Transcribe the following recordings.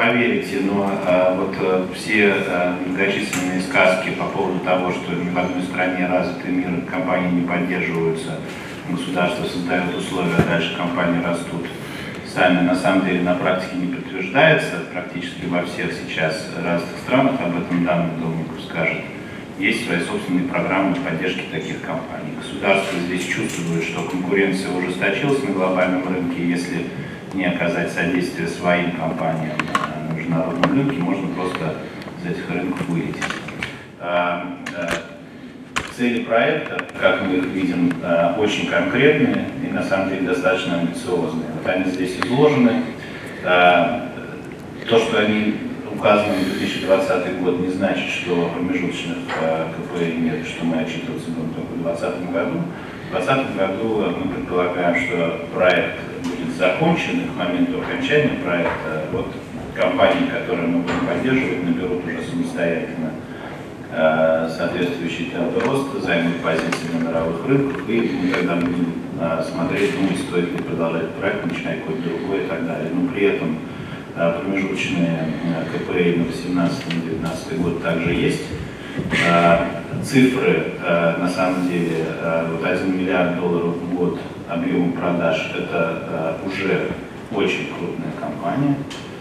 поверите, но все многочисленные сказки по поводу того, что ни в одной стране развитый мир компании не поддерживаются, государство создает условия, а дальше компании растут сами, на самом деле на практике не подтверждается. Практически во всех сейчас развитых странах, об этом данный Домников скажет, есть свои собственные программы поддержки таких компаний. Государство здесь чувствует, что конкуренция ужесточилась на глобальном рынке. Если не оказать содействие своим компаниям на международном рынке, можно просто из этих рынков вылететь. Цели проекта, как мы их видим, очень конкретные и на самом деле достаточно амбициозные. Вот они здесь изложены. То, что они указаны на 2020 год, не значит, что промежуточных КПИ нет, что мы отчитываться будем только в 2020 году. В 2020 году мы предполагаем, что проект будет закончен, и к моменту окончания проекта компании, которые мы будем поддерживать, наберут уже самостоятельно соответствующие темпы роста, займут позиции на мировых рынках, и мы тогда будем смотреть, думать, стоит ли продолжать проект, начинать какой-то другой и так далее. Но при этом промежуточные КПИ на 2018-2019 год также есть. Цифры, на самом деле, $1 миллиард в год объема продаж, это уже очень крупная компания.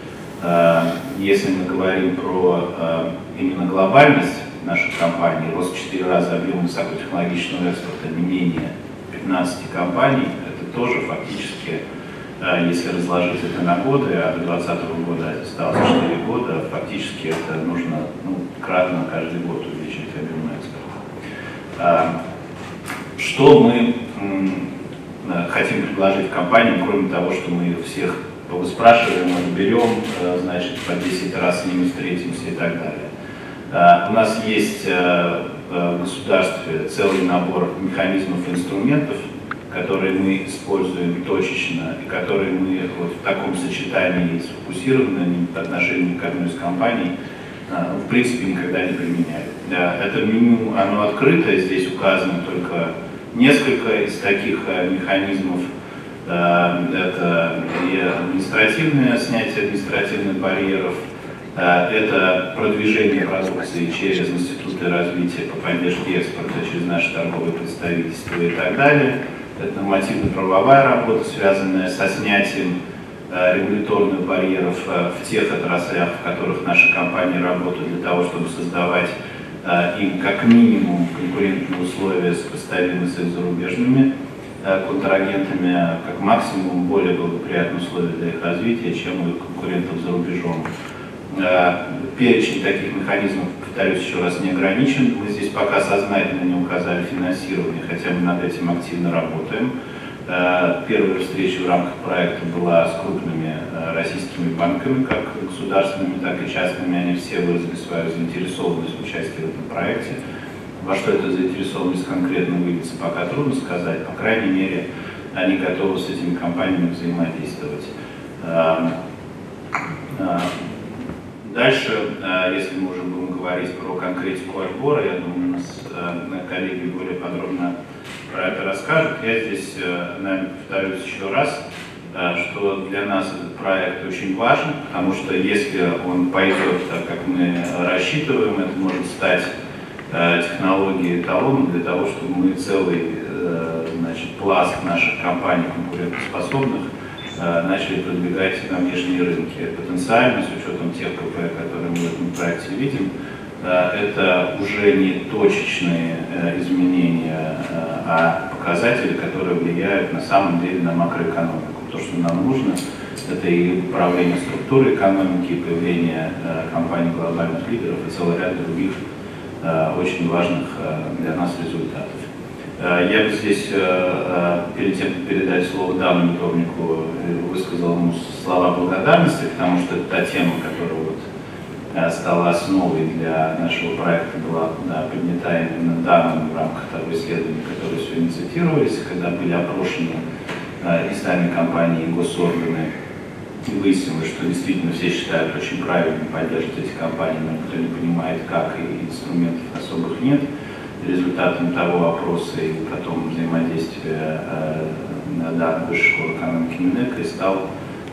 Если мы говорим про именно глобальность нашей компании, рост в 4 раза объема высокотехнологичного экспорта не менее 15 компаний, это тоже фактически, если разложить это на годы, а до 2020 года осталось 4 года, фактически это нужно кратно каждый год увеличить объем экспорта. Что мы хотим предложить компаниям, кроме того, что мы их всех спрашиваем, берем, значит, по 10 раз с ними встретимся и так далее. У нас есть в государстве целый набор механизмов и инструментов, которые мы используем точечно и которые мы в таком сочетании сфокусированно по отношению к одной из компаний в принципе никогда не применяли. Это меню, оно открыто, здесь указано только несколько из таких механизмов. Это и административное снятие административных барьеров, это продвижение продукции через институты развития по поддержке экспорта, через наши торговые представительства и так далее. Это нормативно-правовая работа, связанная со снятием регуляторных барьеров в тех отраслях, в которых наши компании работают, для того, чтобы создавать им как минимум конкурентные условия, сопоставимые с их зарубежными контрагентами, как максимум более благоприятные условия для их развития, чем у их конкурентов за рубежом. Перечень таких механизмов, повторюсь еще раз, не ограничен. Мы здесь пока сознательно не указали финансирование, хотя мы над этим активно работаем. Первая встреча в рамках проекта была с крупными российскими банками, как государственными, так и частными. Они все выразили свою заинтересованность в участии в этом проекте. Во что эта заинтересованность конкретно выльется, пока трудно сказать. По крайней мере, они готовы с этими компаниями взаимодействовать. Дальше, если мы уже будем говорить про конкретику отбора, я думаю, у нас коллеги более подробно про это расскажут. Я здесь, наверное, повторюсь еще раз, что для нас этот проект очень важен, потому что если он пойдет так, как мы рассчитываем, это может стать технологией эталоном для того, чтобы мы целый пласт наших компаний конкурентоспособных начали продвигать на внешние рынки. Потенциально, с учетом тех КП, которые мы в этом проекте видим, это уже не точечные изменения, а показатели, которые влияют на самом деле на макроэкономику. То, что нам нужно, это и управление структурой экономики, и появление компаний глобальных лидеров и целый ряд других очень важных для нас результатов. Я бы здесь, перед тем, как передать слово Дану Домникову, высказал ему слова благодарности, потому что это та тема, которая стала основой для нашего проекта, была поднята именно Даном в рамках того исследования, которое сегодня цитировались, когда были опрошены и сами компании, и госорганы, и выяснилось, что действительно все считают очень правильным поддерживать эти компании, но никто не понимает, как, и инструментов особых нет. Результатом того опроса и потом взаимодействия Высшей школы экономики Минэко стал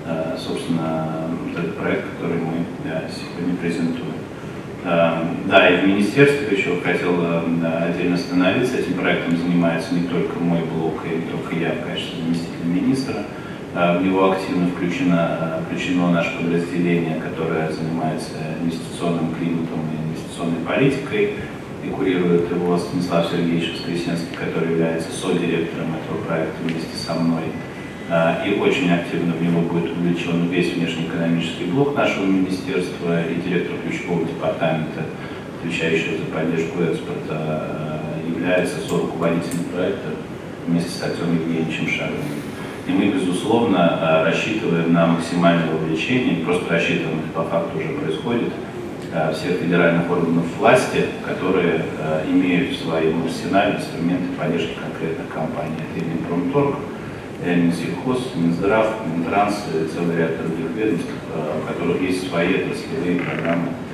собственно, этот проект, который мы сегодня презентуем. Да, и в министерстве еще хотел отдельно остановиться. Этим проектом занимается не только мой блок и не только я в качестве заместителя министра. В него активно включено наше подразделение, которое занимается инвестиционным климатом и инвестиционной политикой. И курирует его Станислав Сергеевич Воскресенский, который является содиректором этого проекта вместе со мной. И очень активно в него будет увлечен весь внешнеэкономический блок нашего министерства и директор ключевого департамента, отвечающего за поддержку экспорта, является соруководителем проекта вместе с Артемом Евгеньевичем Шаговым. И мы, безусловно, рассчитываем на максимальное вовлечение, просто рассчитываем, это по факту уже происходит, всех федеральных органов власти, которые имеют в своем арсенале инструменты поддержки конкретных компаний. Это и Минпромторг, Минсельхоз, Минздрав, Минтранс и целый ряд других ведомств, у которых есть свои отраслевые программы